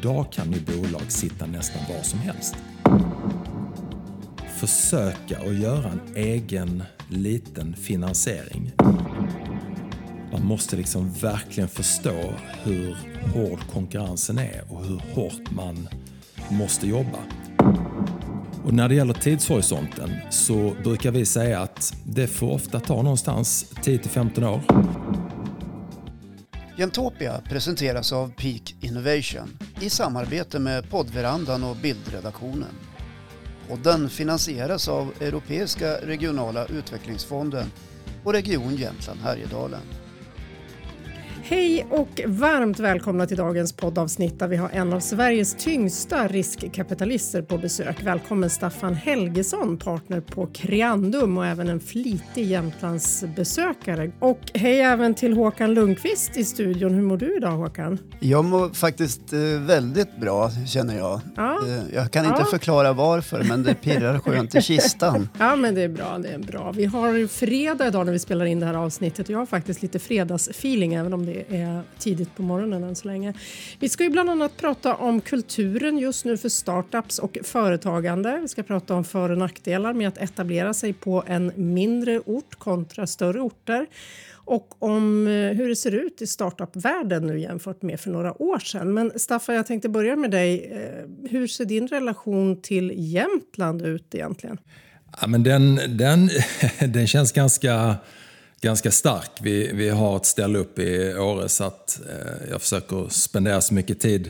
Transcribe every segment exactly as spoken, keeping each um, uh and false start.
idag kan ju bolag sitta nästan var som helst. Försöka att göra en egen liten finansiering. Man måste liksom verkligen förstå hur hård konkurrensen är och hur hårt man måste jobba. Och när det gäller tidshorisonten så brukar vi säga att det får ofta ta någonstans tio till femton år. Gentopia presenteras av Peak Innovation i samarbete med poddverandan och bildredaktionen. Podden finansieras av Europeiska regionala utvecklingsfonden och Region Jämtland Härjedalen. Hej och varmt välkomna till dagens poddavsnitt där vi har en av Sveriges tyngsta riskkapitalister på besök. Välkommen Staffan Helgesson, partner på Creandum och även en flitig Jämtlands besökare. Och hej även till Håkan Lundqvist i studion. Hur mår du idag, Håkan? Jag mår faktiskt väldigt bra, känner jag. Ja. Jag kan inte ja. förklara varför, men det pirrar skönt i kistan. Ja, men det är bra, det är bra. Vi har fredag idag när vi spelar in det här avsnittet och jag har faktiskt lite fredagsfeeling även om det är tidigt på morgonen än så länge. Vi ska ju bland annat prata om kulturen just nu för startups och företagande. Vi ska prata om för- och nackdelar med att etablera sig på en mindre ort kontra större orter. Och om hur det ser ut i startup-världen nu jämfört med för några år sedan. Men Staffan, jag tänkte börja med dig. Hur ser din relation till Jämtland ut egentligen? Ja, men den, den, den känns ganska... Ganska stark. Vi, vi har ett ställe upp i Åre så att eh, jag försöker spendera så mycket tid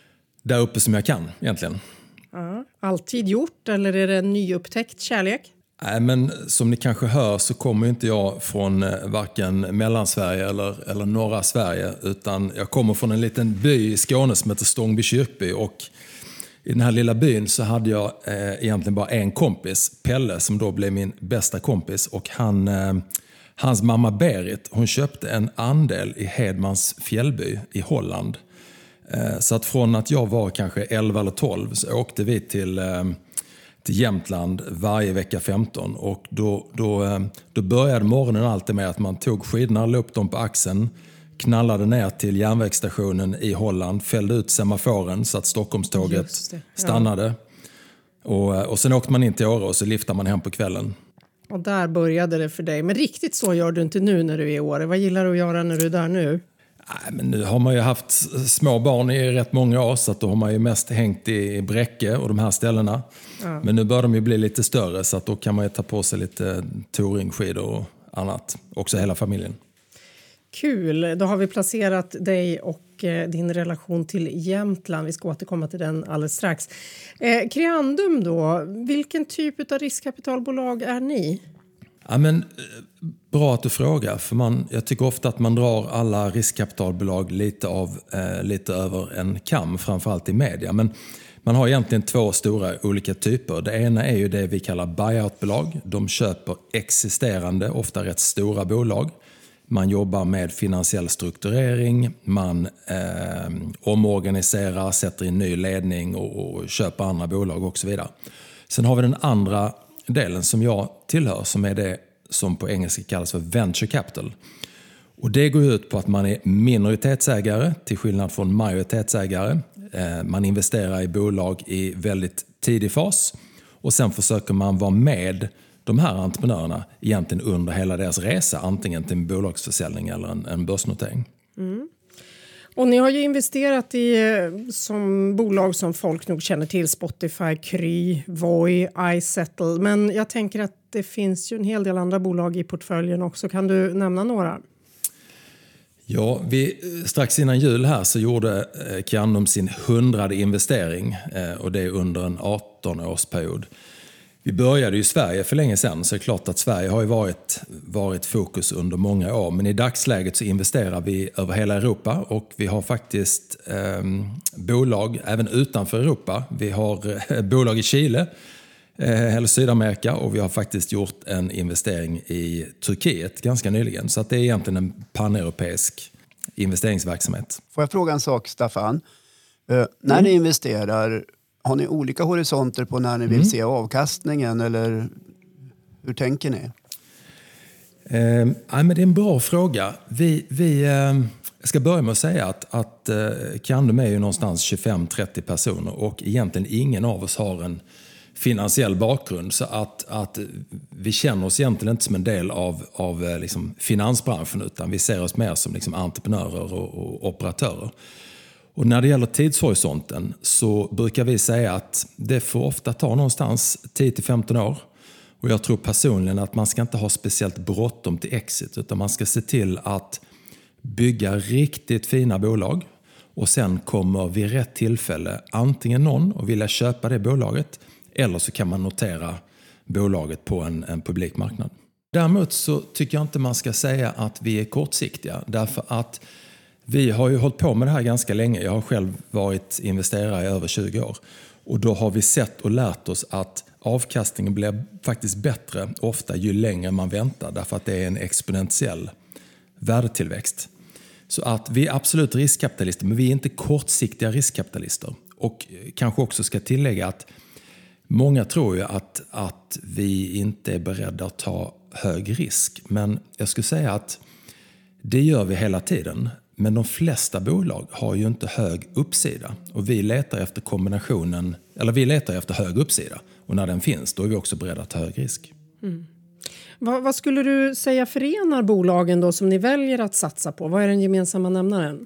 där uppe som jag kan egentligen. Ja, alltid gjort eller är det en nyupptäckt kärlek? Nej, men som ni kanske hör så kommer inte jag från eh, varken Mellansverige eller, eller norra Sverige utan jag kommer från en liten by i Skåne som heter Stångby kyrkby och i den här lilla byn så hade jag eh, egentligen bara en kompis, Pelle, som då blev min bästa kompis och han... Eh, Hans mamma Berit, hon köpte en andel i Hedmans fjällby i Holland. Så att från att jag var kanske elva eller tolv så åkte vi till, till Jämtland varje vecka femton. Och då, då, då började morgonen alltid med att man tog skidorna, la upp dem på axeln, knallade ner till järnvägsstationen i Holland, fällde ut semaforen så att Stockholmståget ja. stannade. Och, och sen åkte man in till Åre och så liftade man hem på kvällen. Och där började det för dig. Men riktigt så gör du inte nu när du är i Åre. Vad gillar du att göra när du är där nu? Nej, men nu har man ju haft små barn i rätt många år så att då har man ju mest hängt i Bräcke och de här ställena. Ja. Men nu börjar de ju bli lite större så att då kan man ju ta på sig lite touringskidor och annat. Också hela familjen. Kul, då har vi placerat dig och din relation till Jämtland. Vi ska återkomma till den alldeles strax. Eh, Creandum då, vilken typ av riskkapitalbolag är ni? Ja, men, bra att du frågar, för man, jag tycker ofta att man drar alla riskkapitalbolag lite, av, eh, lite över en kam, framförallt i media. Men man har egentligen två stora olika typer. Det ena är ju det vi kallar buyoutbolag. De köper existerande, ofta rätt stora bolag. Man jobbar med finansiell strukturering, man eh, omorganiserar, sätter in ny ledning och, och köper andra bolag och så vidare. Sen har vi den andra delen som jag tillhör som är det som på engelska kallas för venture capital. Och det går ut på att man är minoritetsägare till skillnad från majoritetsägare. Eh, man investerar i bolag i väldigt tidig fas och sen försöker man vara med de här entreprenörerna egentligen under hela deras resa, antingen till en bolagsförsäljning eller en, en börsnotering. Mm. Och ni har ju investerat i som bolag som folk nog känner till, Spotify, Kry, Voi, iSettle. Men jag tänker att det finns ju en hel del andra bolag i portföljen också. Kan du nämna några? Ja, vi, strax innan jul här så gjorde eh, Creandum sin hundrade investering eh, och det är under en arton-årsperiod. Vi började ju i Sverige för länge sedan så är det klart att Sverige har ju varit, varit fokus under många år. Men i dagsläget så investerar vi över hela Europa och vi har faktiskt eh, bolag även utanför Europa. Vi har eh, bolag i Chile eh, eller Sydamerika och vi har faktiskt gjort en investering i Turkiet ganska nyligen. Så att det är egentligen en paneuropeisk investeringsverksamhet. Får jag fråga en sak, Staffan? Uh, när mm. ni investerar, har ni olika horisonter på när ni vill mm. se avkastningen eller hur tänker ni? Eh, ja, men det är en bra fråga. Vi, vi, eh, Jag ska börja med att säga att, att eh, Kiandum är ju någonstans tjugofem till trettio personer och egentligen ingen av oss har en finansiell bakgrund. Så att, att vi känner oss egentligen inte som en del av, av eh, liksom finansbranschen, utan vi ser oss mer som liksom entreprenörer och, och operatörer. Och när det gäller tidshorisonten så brukar vi säga att det får ofta ta någonstans tio till femton år. Och jag tror personligen att man ska inte ha speciellt bråttom till exit, utan man ska se till att bygga riktigt fina bolag och sen kommer vid rätt tillfälle antingen någon och vilja köpa det bolaget, eller så kan man notera bolaget på en, en publik marknad. Däremot så tycker jag inte man ska säga att vi är kortsiktiga, därför att vi har ju hållit på med det här ganska länge. Jag har själv varit investerare i över tjugo år och då har vi sett och lärt oss att avkastningen blir faktiskt bättre ofta ju längre man väntar, därför att det är en exponentiell värdetillväxt. Så att vi är absolut riskkapitalister, men vi är inte kortsiktiga riskkapitalister. Och kanske också ska tillägga att många tror ju att, att vi inte är beredda att ta hög risk. Men jag skulle säga att det gör vi hela tiden. Men de flesta bolag har ju inte hög uppsida. Och vi letar efter kombinationen, eller vi letar efter hög uppsida. Och när den finns, då är vi också beredda att ta hög risk. Mm. Vad, vad skulle du säga förenar bolagen då som ni väljer att satsa på? Vad är den gemensamma nämnaren?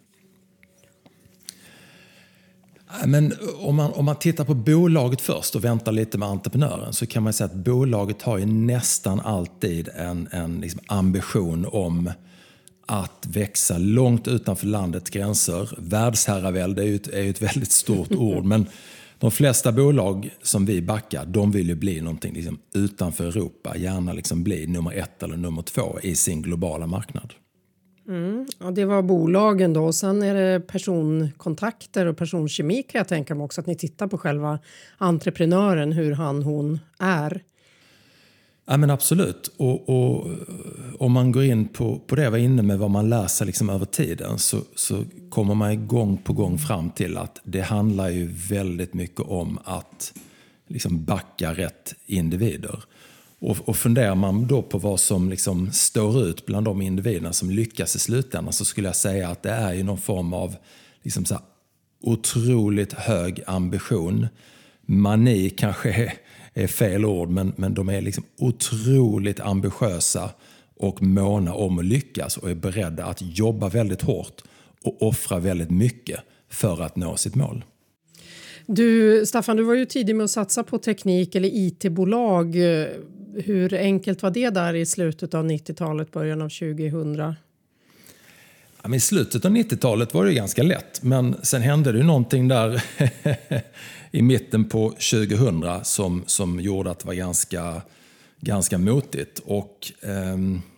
Men om man, om man tittar på bolaget först och väntar lite med entreprenören, så kan man säga att bolaget har ju nästan alltid en, en liksom ambition om att växa långt utanför landets gränser. Världsherravälde är ju ett, är ju ett väldigt stort ord, men de flesta bolag som vi backar, de vill ju bli någonting liksom utanför Europa. Gärna liksom bli nummer ett eller nummer två i sin globala marknad. Mm. Ja, det var bolagen då. Sen är det personkontakter och personkemi, kan jag tänka mig också. Att ni tittar på själva entreprenören, hur han, hon är. Ja, men absolut. Och, och om man går in på, på det jag var inne med, vad man lär sig liksom över tiden, så, så kommer man gång på gång fram till att det handlar ju väldigt mycket om att liksom backa rätt individer. Och, och funderar man då på vad som liksom står ut bland de individerna som lyckas i slutändan, så skulle jag säga att det är ju någon form av liksom så här otroligt hög ambition. Mani kanske är är fel ord, men, men de är liksom otroligt ambitiösa och måna om att lyckas och är beredda att jobba väldigt hårt och offra väldigt mycket för att nå sitt mål. Du, Staffan, du var ju tidig med att satsa på teknik eller I T-bolag. Hur enkelt var det där i slutet av nittiotalet, början av tjugohundra? Ja, i slutet av nittiotalet var det ganska lätt, men sen hände det ju någonting där i mitten på tjugohundra som, som gjorde att det var ganska, ganska motigt. Och, eh,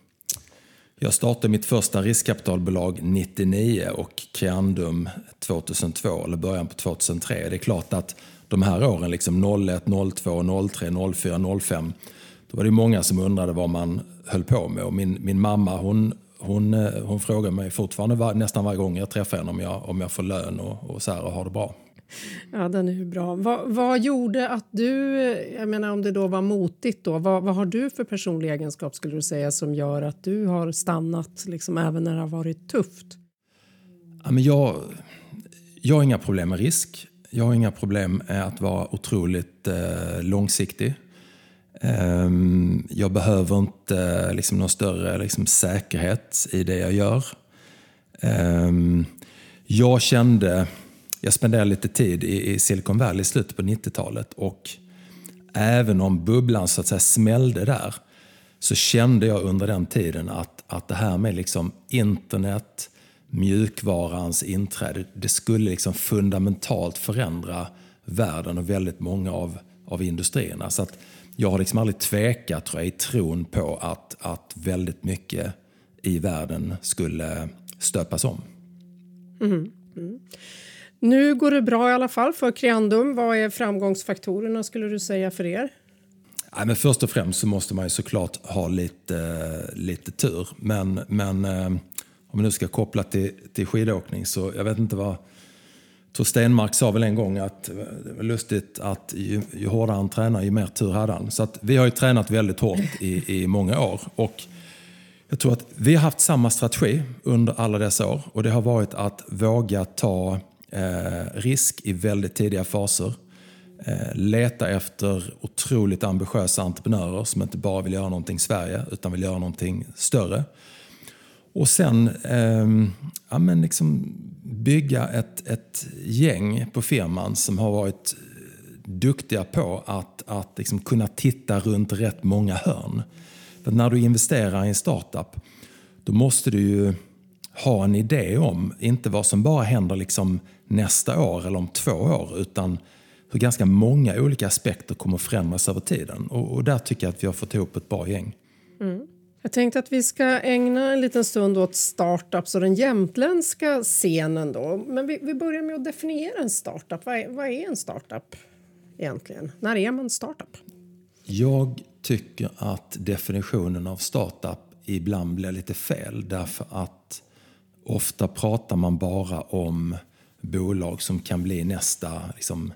jag startade mitt första riskkapitalbolag nittionio och Kiandum tvåtusentvå, eller början på tvåtusentre. Det är klart att de här åren, liksom noll ett, noll två, noll tre, noll fyra, noll fem, då var det många som undrade vad man höll på med. Och min, min mamma, hon Hon, hon frågar mig fortfarande var, nästan varje gång jag träffar henne om jag, om jag får lön och, och, så här, och har det bra. Ja, den är ju bra. Vad, vad gjorde att du, jag menar om det då var motigt då, vad, vad har du för personlig egenskap skulle du säga som gör att du har stannat liksom, även när det har varit tufft? Ja, men jag, jag har inga problem med risk. Jag har inga problem med att vara otroligt eh, långsiktig. Jag behöver inte liksom någon större liksom säkerhet i det jag gör. Jag kände, jag spenderade lite tid i Silicon Valley i slutet på nittiotalet, och även om bubblan så att säga smällde där, så kände jag under den tiden att, att det här med liksom internet, mjukvarans inträde, det skulle liksom fundamentalt förändra världen och väldigt många av, av industrierna. Så att jag har liksom aldrig tvekat, tror jag, i tron på att, att väldigt mycket i världen skulle stöpas om. Mm. Mm. Nu går det bra i alla fall för Kiandum. Vad är framgångsfaktorerna skulle du säga för er? Ja, men först och främst så måste man ju såklart ha lite, lite tur. Men, men om man nu ska koppla till, till skidåkning, så jag vet inte vad... Tor Stenmark sa väl en gång att det var lustigt att ju, ju hårdare han tränar, ju mer tur hade han. Så att vi har ju tränat väldigt hårt i, i många år. Och Jag tror att vi har haft samma strategi under alla dessa år och det har varit att våga ta eh, risk i väldigt tidiga faser. Eh, leta efter otroligt ambitiösa entreprenörer som inte bara vill göra någonting i Sverige utan vill göra någonting större. Och sen eh, ja, men liksom bygga ett, ett gäng på firman som har varit duktiga på att, att liksom kunna titta runt rätt många hörn. För när du investerar i en startup då måste du ju ha en idé om, inte vad som bara händer liksom nästa år eller om två år utan hur ganska många olika aspekter kommer förändras över tiden. Och, och där tycker jag att vi har fått ihop ett bra gäng. Mm. Jag tänkte att vi ska ägna en liten stund åt startups och den jämtländska scenen då. Men vi, vi börjar med att definiera en startup. Vad är, vad är en startup egentligen? När är man startup? Jag tycker att definitionen av startup ibland blir lite fel. Därför att ofta pratar man bara om bolag som kan bli nästa liksom,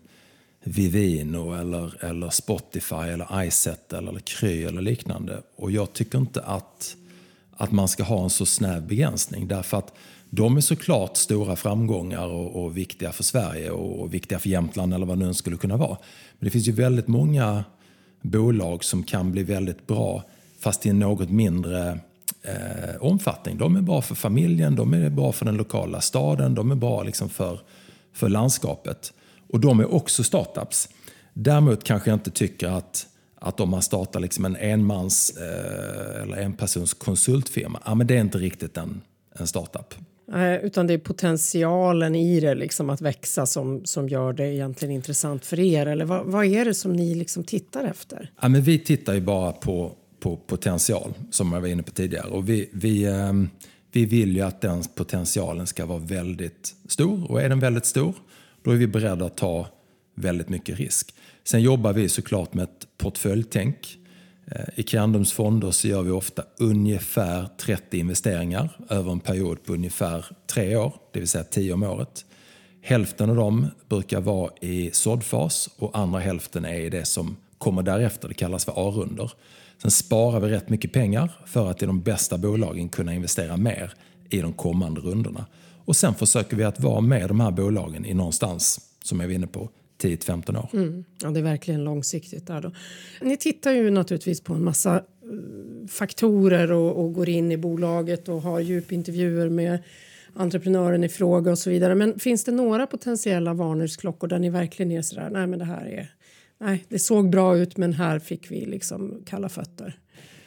Vivino eller, eller Spotify eller iSet eller Kry eller liknande. Och jag tycker inte att, att man ska ha en så snäv begränsning. Därför att de är såklart stora framgångar och, och viktiga för Sverige och, och viktiga för Jämtland eller vad det nu skulle kunna vara. Men det finns ju väldigt många bolag som kan bli väldigt bra fast i en något mindre eh, omfattning. De är bra för familjen, de är bra för den lokala staden, de är bra liksom för, för landskapet. Och de är också startups. Däremot kanske jag inte tycker att, att om man startar liksom en enmans eh, eller en persons konsultfirma, ja, men det är inte riktigt en, en startup. Nej, utan det är potentialen i det liksom att växa som, som gör det egentligen intressant för er. Eller vad, vad är det som ni liksom tittar efter? Ja, men vi tittar ju bara på, på potential som jag var inne på tidigare. Och vi, vi, eh, vi vill ju att den potentialen ska vara väldigt stor. Och är den väldigt stor, då är vi beredda att ta väldigt mycket risk. Sen jobbar vi såklart med ett portföljtänk. I Kiandums fonder så gör vi ofta ungefär trettio investeringar över en period på ungefär tre år, det vill säga tio om året. Hälften av dem brukar vara i såddfas och andra hälften är i det som kommer därefter, det kallas för A-runder. Sen sparar vi rätt mycket pengar för att i de bästa bolagen kunna investera mer i de kommande rundorna. Och sen försöker vi att vara med de här bolagen i någonstans, som jag var inne på, tio till femton år. Mm. Ja, det är verkligen långsiktigt där då. Ni tittar ju naturligtvis på en massa uh, faktorer och, och går in i bolaget och har djupintervjuer med entreprenören i fråga och så vidare. Men finns det några potentiella varningsklockor där ni verkligen är sådär, nej men det här är, nej det såg bra ut men här fick vi liksom kalla fötter?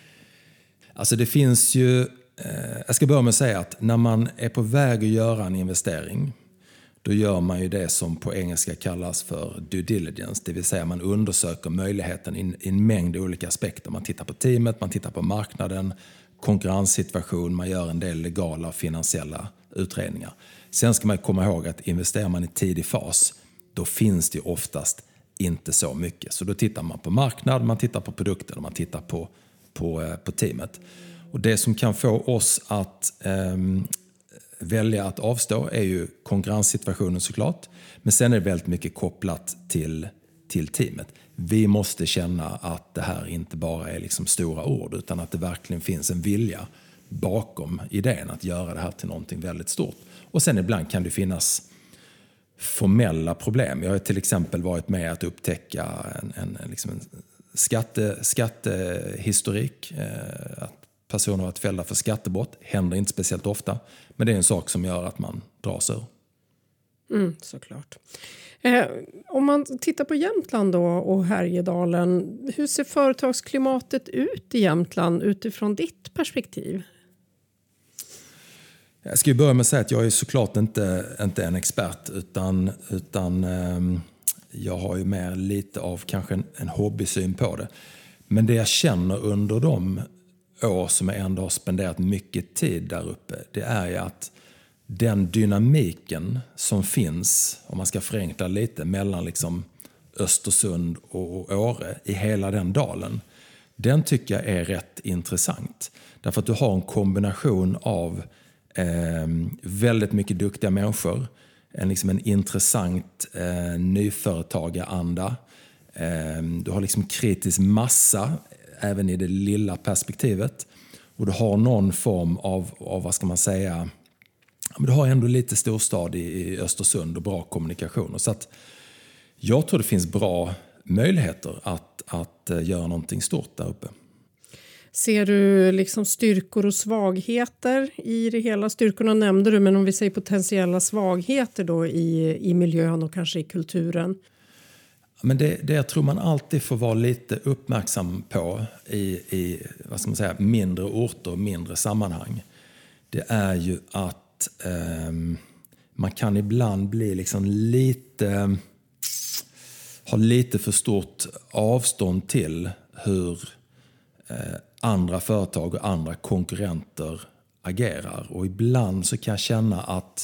Alltså det finns ju, eh, jag ska börja med att säga att när man är på väg att göra en investering, då gör man ju det som på engelska kallas för due diligence. Det vill säga man undersöker möjligheten i en mängd olika aspekter. Man tittar på teamet, man tittar på marknaden, konkurrenssituation, man gör en del legala och finansiella utredningar. Sen ska man komma ihåg att investerar man i tidig fas, då finns det oftast inte så mycket. Så då tittar man på marknad, man tittar på produkter och man tittar på, på, på teamet. Och det som kan få oss att um, välja att avstå är ju konkurrenssituationen såklart. Men sen är det väldigt mycket kopplat till, till teamet. Vi måste känna att det här inte bara är liksom stora ord utan att det verkligen finns en vilja bakom idén att göra det här till någonting väldigt stort. Och sen ibland kan det finnas formella problem. Jag har till exempel varit med att upptäcka en, en, liksom en skatte, skattehistorik. Eh, att personer har varit fällda för skattebrott. Händer inte speciellt ofta. Men det är en sak som gör att man drar sig ur. Mm, såklart. Eh, om man tittar på Jämtland då och Härjedalen. Hur ser företagsklimatet ut i Jämtland utifrån ditt perspektiv? Jag ska ju börja med att säga att jag är såklart inte, inte en expert. Utan, utan eh, jag har ju mer lite av kanske en, en hobbysyn på det. Men det jag känner under de år som jag ändå har spenderat mycket tid där uppe, det är ju att den dynamiken som finns, om man ska förenkla lite, mellan liksom Östersund och Åre i hela den dalen, den tycker jag är rätt intressant. Därför att du har en kombination av eh, väldigt mycket duktiga människor, en, liksom en intressant eh, nyföretagaranda, eh, du har liksom kritisk massa även i det lilla perspektivet. och du har någon form av, av vad ska man säga, men du har ändå lite storstad i, i Östersund och bra kommunikationer. Så att jag tror det finns bra möjligheter att, att göra någonting stort där uppe. Ser du liksom styrkor och svagheter i det hela? Styrkorna nämnde du, men om vi säger potentiella svagheter då i, i miljön och kanske i kulturen? Men det, det jag tror man alltid får vara lite uppmärksam på i, i vad ska man säga, mindre orter och mindre sammanhang. Det är ju att eh, man kan ibland bli liksom lite, ha lite för stort avstånd till hur eh, andra företag och andra konkurrenter agerar. Och ibland så kan jag känna att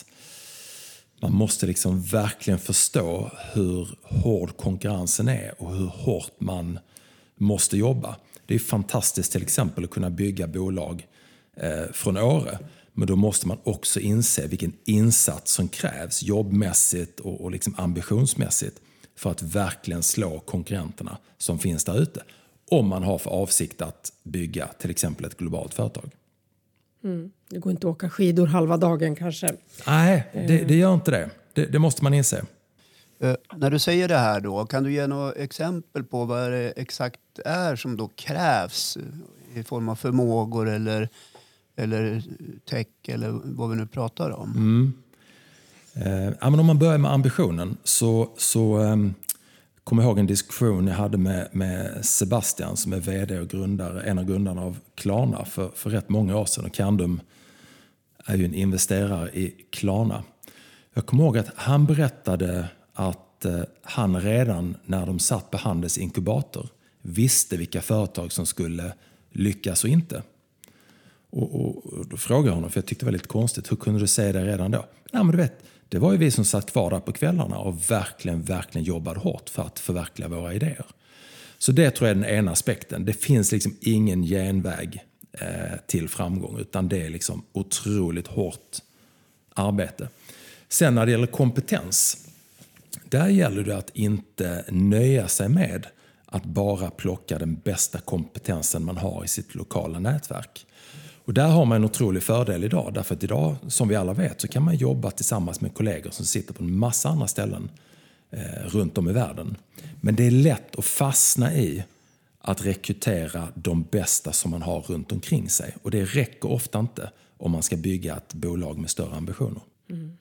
man måste liksom verkligen förstå hur hård konkurrensen är och hur hårt man måste jobba. Det är fantastiskt till exempel att kunna bygga bolag eh, från Åre. Men då måste man också inse vilken insats som krävs jobbmässigt och, och liksom ambitionsmässigt för att verkligen slå konkurrenterna som finns där ute. Om man har för avsikt att bygga till exempel ett globalt företag. Mm. Det går inte att åka skidor halva dagen kanske. Nej, det, det gör inte det. det. Det måste man inse. Uh, när du säger det här då, kan du ge några exempel på vad det exakt är som då krävs i form av förmågor eller, eller tech eller vad vi nu pratar om? Mm. Uh, ja, men om man börjar med ambitionen så, så um, kommer jag ihåg en diskussion jag hade med, med Sebastian som är vd och grundare, en av grundarna av Klarna för, för rätt många år sedan. Och Candum är ju en investerare i Klarna. Jag kommer ihåg att han berättade att eh, han redan när de satt på Handels inkubator visste vilka företag som skulle lyckas och inte. Och, och, och då frågade jag honom, för jag tyckte det var lite konstigt, hur kunde du säga det redan då? Nej, men du vet, det var ju vi som satt kvar där på kvällarna och verkligen, verkligen jobbade hårt för att förverkliga våra idéer. Så det tror jag är den ena aspekten. Det finns liksom ingen genväg eh, till framgång, utan det är liksom otroligt hårt arbete. Sen när det gäller kompetens, där gäller det att inte nöja sig med att bara plocka den bästa kompetensen man har i sitt lokala nätverk. Och där har man en otrolig fördel idag, därför att idag, som vi alla vet, så kan man jobba tillsammans med kollegor som sitter på en massa andra ställen eh, runt om i världen. Men det är lätt att fastna i att rekrytera de bästa som man har runt omkring sig. Och det räcker ofta inte om man ska bygga ett bolag med större ambitioner. Mm.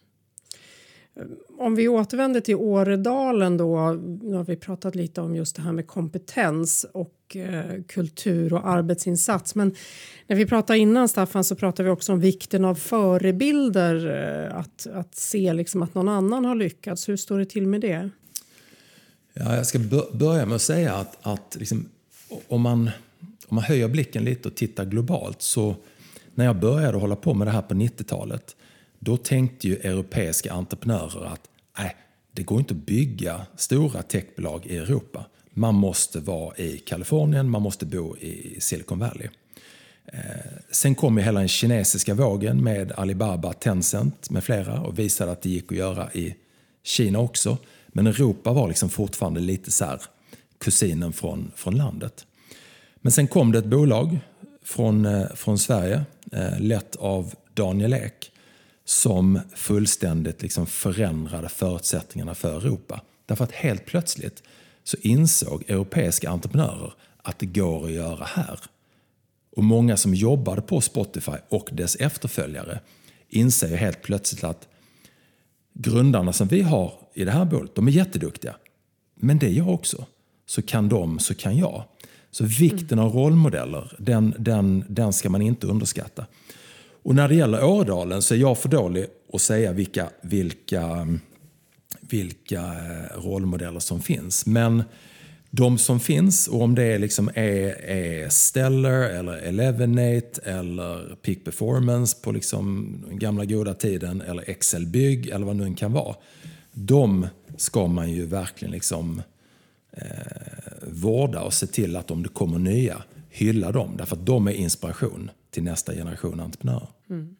Om vi återvänder till Åredalen då, nu har vi pratat lite om just det här med kompetens och eh, kultur och arbetsinsats. Men när vi pratade innan, Staffan, så pratade vi också om vikten av förebilder, eh, att, att se liksom att någon annan har lyckats. Hur står det till med det? Ja, jag ska börja med att säga att, att liksom, om, man, om man höjer blicken lite och tittar globalt, så när jag började hålla på med det här på nittiotalet, då tänkte ju europeiska entreprenörer att nej, det går inte att bygga stora techbolag i Europa. Man måste vara i Kalifornien, man måste bo i Silicon Valley. Eh, sen kom ju hela den kinesiska vågen med Alibaba, Tencent med flera och visade att det gick att göra i Kina också. Men Europa var liksom fortfarande lite så här kusinen från, från landet. Men sen kom det ett bolag från, eh, från Sverige, eh, lett av Daniel Ek, som fullständigt liksom förändrade förutsättningarna för Europa. Därför att helt plötsligt så insåg europeiska entreprenörer att det går att göra här. Och många som jobbade på Spotify och dess efterföljare inser helt plötsligt att grundarna som vi har i det här bolaget, de är jätteduktiga. Men det är jag också. Så kan de, så kan jag. Så vikten av rollmodeller, den, den, den ska man inte underskatta. Och när det gäller Åredalen så är jag för dålig att säga vilka, vilka, vilka rollmodeller som finns. Men de som finns, och om det liksom är, är Stellar eller Elevenate eller Peak Performance på liksom den gamla goda tiden eller Excel Bygg eller vad det nu kan vara. De ska man ju verkligen liksom, eh, vårda och se till att om det kommer nya, hylla dem. Därför att de är inspiration till nästa generation entreprenörer. Mm.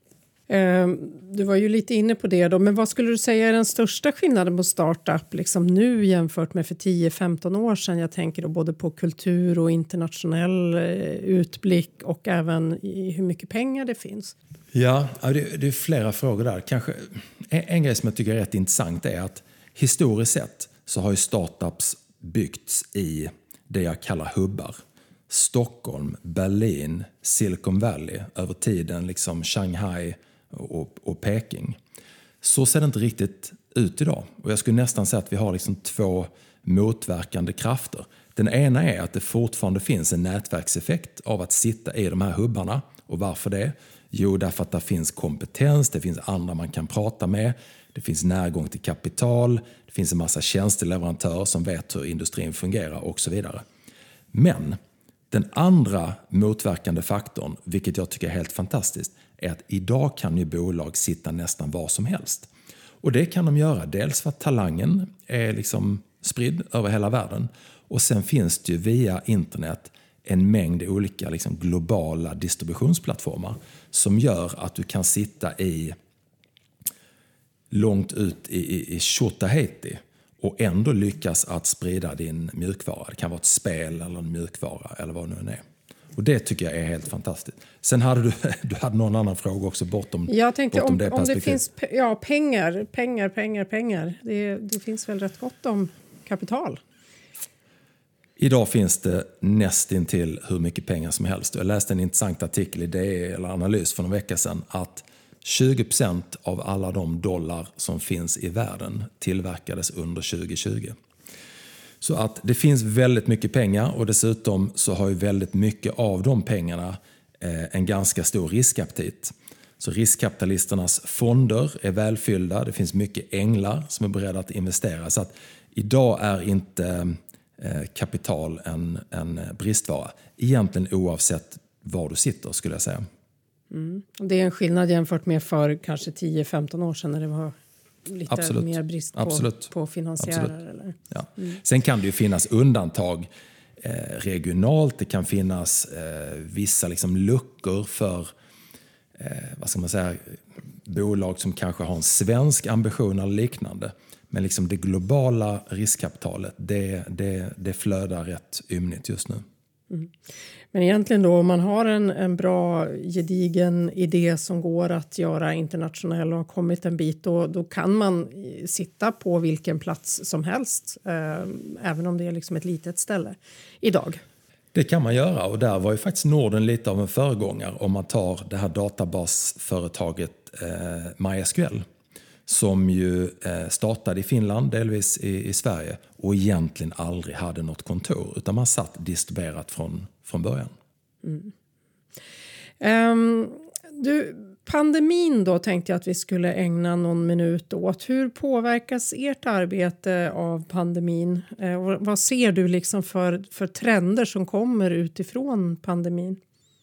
Du var ju lite inne på det då, men vad skulle du säga är den största skillnaden på startup liksom nu jämfört med för tio femton år sedan? Jag tänker då både på kultur och internationell utblick och även i hur mycket pengar det finns. Ja, det är flera frågor där. Kanske en grej som jag tycker är rätt intressant är att historiskt sett så har ju startups byggts i det jag kallar hubbar. Stockholm, Berlin, Silicon Valley, över tiden liksom Shanghai och, och Peking. Så ser det inte riktigt ut idag. Och jag skulle nästan säga att vi har liksom två motverkande krafter. Den ena är att det fortfarande finns en nätverkseffekt av att sitta i de här hubbarna. Och varför det? Jo, därför att det finns kompetens, det finns andra man kan prata med, det finns närgång till kapital, det finns en massa tjänsteleverantörer som vet hur industrin fungerar och så vidare. Men den andra motverkande faktorn, vilket jag tycker är helt fantastiskt, är att idag kan ju bolag sitta nästan var som helst. Och det kan de göra dels för att talangen är liksom spridd över hela världen. Och sen finns det ju via internet en mängd olika liksom globala distributionsplattformar som gör att du kan sitta i långt ut i, i, i Tjotahejti och ändå lyckas att sprida din mjukvara. Det kan vara ett spel eller en mjukvara eller vad det nu är. Och det tycker jag är helt fantastiskt. Sen hade du, du hade någon annan fråga också bortom, jag tänkte, bortom om, det om det finns ja, pengar, pengar, pengar, pengar. Det, det finns väl rätt gott om kapital. Idag finns det nästintill hur mycket pengar som helst. Jag läste en intressant artikel i D E eller analys för en vecka sedan att tjugo procent av alla de dollar som finns i världen tillverkades under tjugo tjugo. Så att det finns väldigt mycket pengar och dessutom så har ju väldigt mycket av de pengarna eh, en ganska stor riskaptit. Så riskkapitalisternas fonder är välfyllda, det finns mycket änglar som är beredda att investera. Så att idag är inte eh, kapital en, en bristvara, egentligen oavsett var du sitter skulle jag säga. Mm. Det är en skillnad jämfört med för kanske tio femton år sedan när det var lite Absolut. mer brist på, Absolut. på finansiärer. Absolut. Eller? Ja. Mm. Sen kan det ju finnas undantag eh, regionalt. Det kan finnas eh, vissa liksom luckor för eh, vad ska man säga, bolag som kanske har en svensk ambition eller liknande. Men liksom det globala riskkapitalet det, det, det flödar rätt ymnigt just nu. Mm. Men egentligen då om man har en, en bra gedigen idé som går att göra internationell och har kommit en bit då, då kan man sitta på vilken plats som helst eh, även om det är liksom ett litet ställe idag. Det kan man göra och där var ju faktiskt Norden lite av en föregångare om man tar det här databasföretaget eh, MySQL som ju eh, startade i Finland, delvis i, i Sverige och egentligen aldrig hade något kontor utan man satt distribuerat från, från början. Mm. Um, du, pandemin då tänkte jag att vi skulle ägna någon minut åt. Hur påverkas ert arbete av pandemin? Eh, vad ser du liksom för, för trender som kommer utifrån pandemin?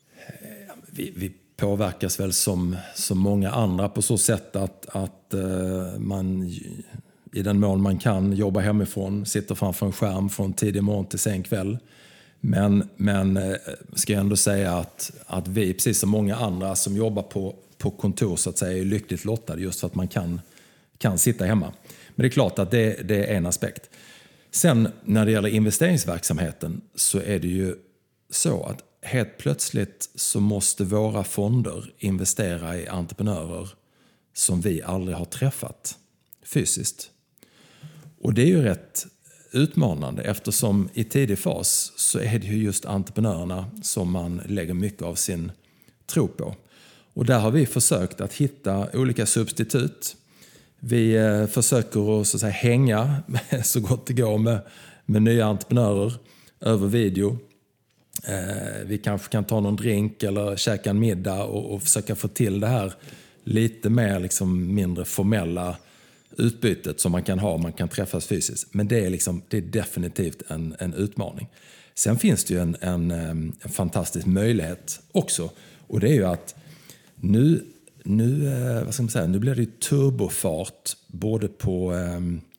Vi, vi påverkas väl som, som många andra på så sätt att, att uh, man i den mån man kan jobba hemifrån, sitter framför en skärm från tidig morgon till sen kväll. Men, men uh, ska jag ändå säga att, att vi, precis som många andra som jobbar på, på kontor så att säga, är lyckligt lottade just för att man kan, kan sitta hemma. Men det är klart att det, det är en aspekt. Sen när det gäller investeringsverksamheten så är det ju så att helt plötsligt så måste våra fonder investera i entreprenörer som vi aldrig har träffat fysiskt. Och det är ju rätt utmanande eftersom i tidig fas så är det ju just entreprenörerna som man lägger mycket av sin tro på. Och där har vi försökt att hitta olika substitut. Vi eh, försöker att, så att säga, hänga så gott det går med, med nya entreprenörer över video. Eh, vi kanske kan ta någon drink eller käka en middag och, och försöka få till det här lite mer liksom mindre formella utbytet som man kan ha om man kan träffas fysiskt. Men det är, liksom, det är definitivt en, en utmaning. Sen finns det ju en, en, en fantastisk möjlighet också. Och det är ju att nu, nu, vad ska man säga, nu blir det ju turbofart både på eh,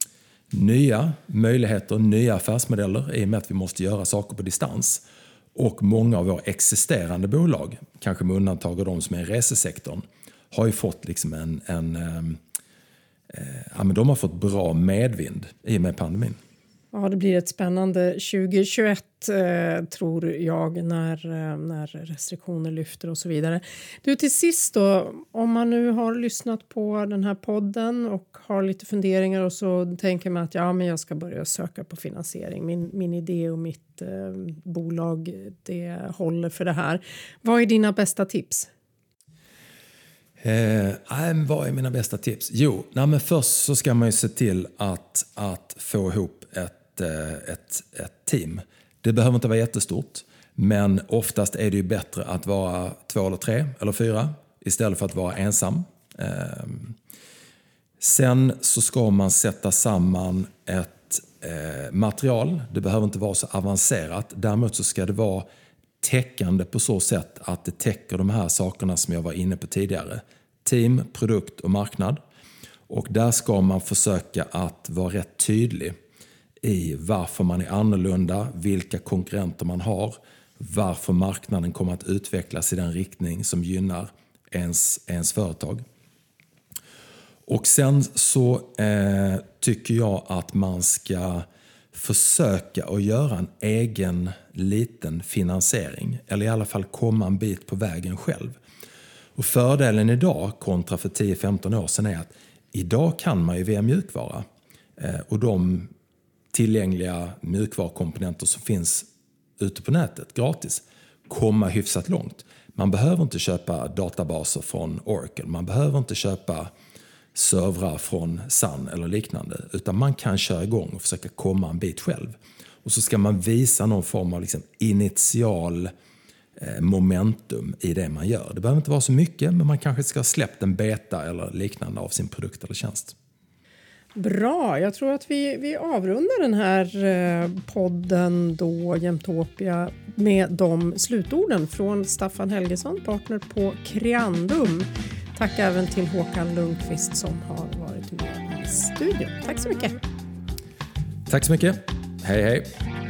nya möjligheter, nya affärsmodeller i och med att vi måste göra saker på distans. Och många av våra existerande bolag, kanske med undantag av de som är i resesektorn, har ju fått liksom en, en eh, ja, men de har fått bra medvind i och med pandemin. Ja, det blir ett spännande tjugohundratjugoett eh, tror jag när, eh, när restriktioner lyfter och så vidare. Du, till sist då, om man nu har lyssnat på den här podden och har lite funderingar och så tänker man att ja, men jag ska börja söka på finansiering. Min, min idé och mitt eh, bolag, det håller för det här. Vad är dina bästa tips? Eh, vad är mina bästa tips? Jo, nej, men först så ska man ju se till att, att få ihop ett Ett, ett team. Det behöver inte vara jättestort, men oftast är det ju bättre att vara två eller tre eller fyra istället för att vara ensam. Eh, sen så ska man sätta samman ett eh, material. Det behöver inte vara så avancerat. Däremot så ska det vara täckande på så sätt att det täcker de här sakerna som jag var inne på tidigare. Team, produkt och marknad. Och där ska man försöka att vara rätt tydlig i varför man är annorlunda, vilka konkurrenter man har, varför marknaden kommer att utvecklas i den riktning som gynnar ens, ens företag. Och sen så eh, tycker jag att man ska försöka att göra en egen liten finansiering, eller i alla fall komma en bit på vägen själv. Och fördelen idag kontra för tio femton år sedan är att idag kan man ju via mjukvara eh, och de tillgängliga mjukvarukomponenter som finns ute på nätet gratis komma hyfsat långt. Man behöver inte köpa databaser från Oracle, man behöver inte köpa servrar från Sun eller liknande, utan man kan köra igång och försöka komma en bit själv. Och så ska man visa någon form av liksom initial eh, momentum i det man gör. Det behöver inte vara så mycket, men man kanske ska ha släppt en beta eller liknande av sin produkt eller tjänst. Bra, jag tror att vi, vi avrundar den här eh, podden då, Jämtopia, med de slutorden från Staffan Helgesson, partner på Creandum. Tack även till Håkan Lundqvist som har varit med i studion. Tack så mycket. Tack så mycket. Hej hej.